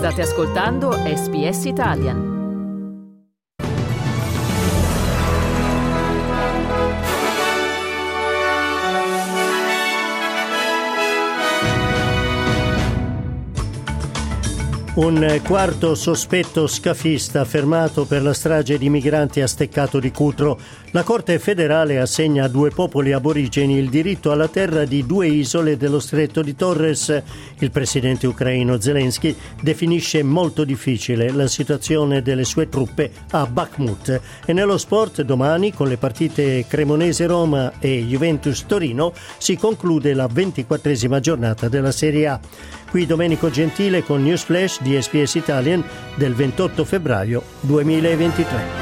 State ascoltando SBS Italian. Un quarto sospetto scafista fermato per la strage di migranti a Steccato di Cutro. La Corte federale assegna a due popoli aborigeni il diritto alla terra di due isole dello stretto di Torres. Il presidente ucraino Zelensky definisce molto difficile la situazione delle sue truppe a Bakhmut. E nello sport domani, con le partite Cremonese-Roma e Juventus-Torino, si conclude la 24esima giornata della Serie A. Qui Domenico Gentile con News Flash di SBS Italian del 28 febbraio 2023.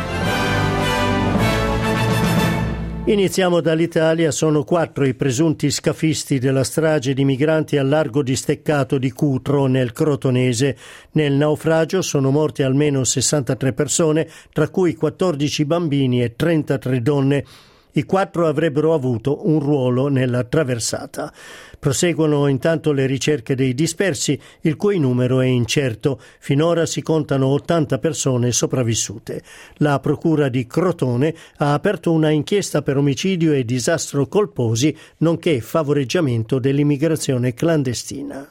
Iniziamo dall'Italia. Sono 4 i presunti scafisti della strage di migranti al largo di Steccato di Cutro nel Crotonese. Nel naufragio sono morte almeno 63 persone, tra cui 14 bambini e 33 donne. I 4 avrebbero avuto un ruolo nella traversata. Proseguono intanto le ricerche dei dispersi, il cui numero è incerto. Finora si contano 80 persone sopravvissute. La procura di Crotone ha aperto una inchiesta per omicidio e disastro colposi, nonché favoreggiamento dell'immigrazione clandestina.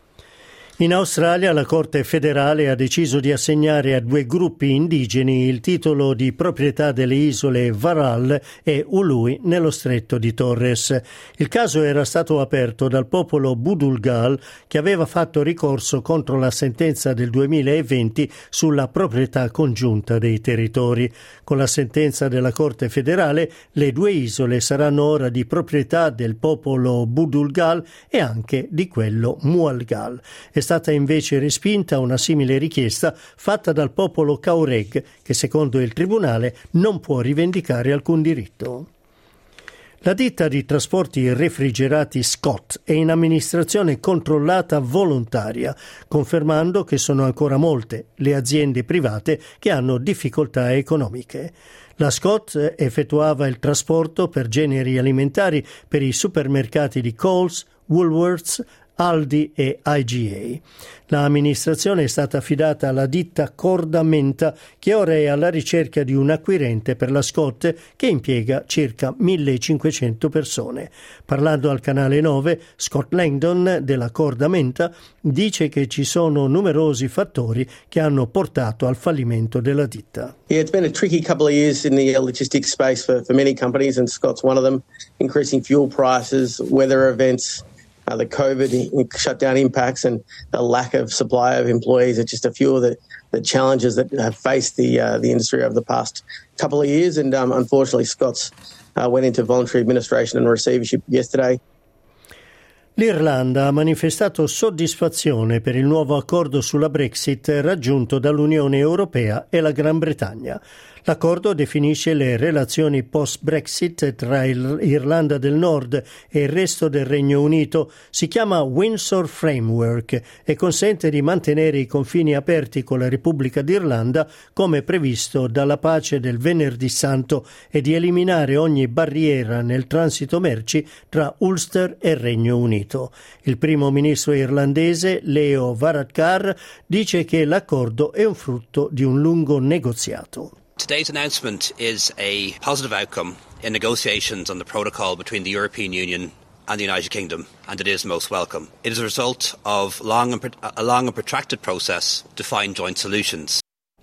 In Australia la Corte federale ha deciso di assegnare a 2 gruppi indigeni il titolo di proprietà delle isole Varall e Ului nello stretto di Torres. Il caso era stato aperto dal popolo Budulgal, che aveva fatto ricorso contro la sentenza del 2020 sulla proprietà congiunta dei territori. Con la sentenza della Corte federale, le 2 isole saranno ora di proprietà del popolo Budulgal e anche di quello Mualgal. È stata invece respinta una simile richiesta fatta dal popolo Kaureg, che secondo il tribunale non può rivendicare alcun diritto. La ditta di trasporti refrigerati Scott è in amministrazione controllata volontaria, confermando che sono ancora molte le aziende private che hanno difficoltà economiche. La Scott effettuava il trasporto per generi alimentari per i supermercati di Coles, Woolworths, Aldi e IGA. L'amministrazione è stata affidata alla ditta Cordamenta, che ora è alla ricerca di un acquirente per la Scott, che impiega circa 1.500 persone. Parlando al canale 9, Scott Langdon della Cordamenta dice che ci sono numerosi fattori che hanno portato al fallimento della ditta. Yeah, it's been a tricky couple of years in the logistics space for many companies, and Scott's one of them. Increasing fuel prices, weather events, the COVID shutdown impacts, and the lack of supply of employees are just a few of the challenges that have faced the industry over the past couple of years. And unfortunately, Scott's went into voluntary administration and receivership yesterday. L'Irlanda ha manifestato soddisfazione per il nuovo accordo sulla Brexit raggiunto dall'Unione Europea e la Gran Bretagna. L'accordo definisce le relazioni post-Brexit tra l'Irlanda del Nord e il resto del Regno Unito. Si chiama Windsor Framework e consente di mantenere i confini aperti con la Repubblica d'Irlanda come previsto dalla pace del Venerdì Santo e di eliminare ogni barriera nel transito merci tra Ulster e Regno Unito. Il primo ministro irlandese Leo Varadkar dice che l'accordo è un frutto di un lungo negoziato. Today's announcement is a positive outcome in negotiations on the protocol between the European Union and the United Kingdom, and it is most welcome. It is a result of a long and protracted process to find joint solutions.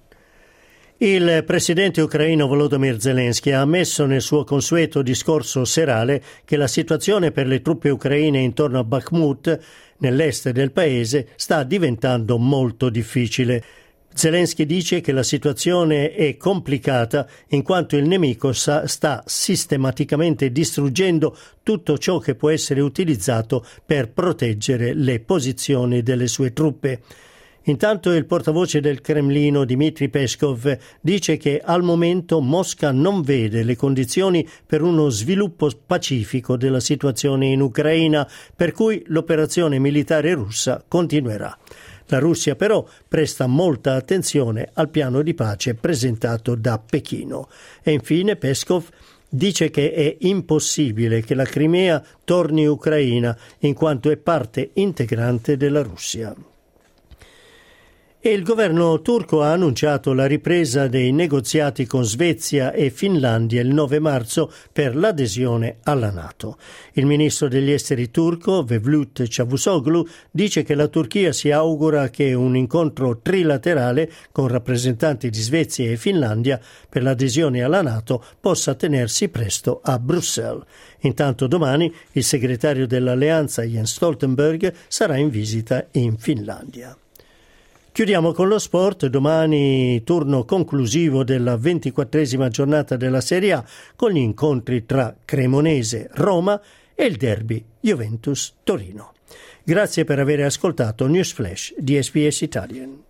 Il presidente ucraino Volodymyr Zelensky ha ammesso nel suo consueto discorso serale che la situazione per le truppe ucraine intorno a Bakhmut, nell'est del paese, sta diventando molto difficile. Zelensky dice che la situazione è complicata in quanto il nemico sta sistematicamente distruggendo tutto ciò che può essere utilizzato per proteggere le posizioni delle sue truppe. Intanto il portavoce del Cremlino Dmitry Peskov dice che al momento Mosca non vede le condizioni per uno sviluppo pacifico della situazione in Ucraina, per cui l'operazione militare russa continuerà. La Russia però presta molta attenzione al piano di pace presentato da Pechino. E infine Peskov dice che è impossibile che la Crimea torni ucraina in quanto è parte integrante della Russia. E il governo turco ha annunciato la ripresa dei negoziati con Svezia e Finlandia il 9 marzo per l'adesione alla NATO. Il ministro degli esteri turco, Mevlut Cavusoglu, dice che la Turchia si augura che un incontro trilaterale con rappresentanti di Svezia e Finlandia per l'adesione alla NATO possa tenersi presto a Bruxelles. Intanto domani il segretario dell'Alleanza Jens Stoltenberg sarà in visita in Finlandia. Chiudiamo con lo sport. Domani turno conclusivo della 24esima giornata della Serie A con gli incontri tra Cremonese, Roma e il derby Juventus-Torino. Grazie per aver ascoltato News Flash di SBS Italian.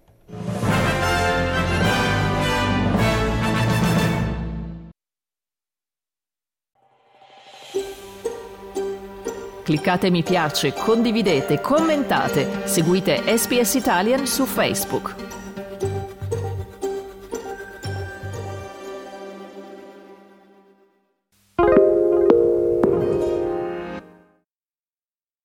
Cliccate mi piace, condividete, commentate, seguite SBS Italian su Facebook.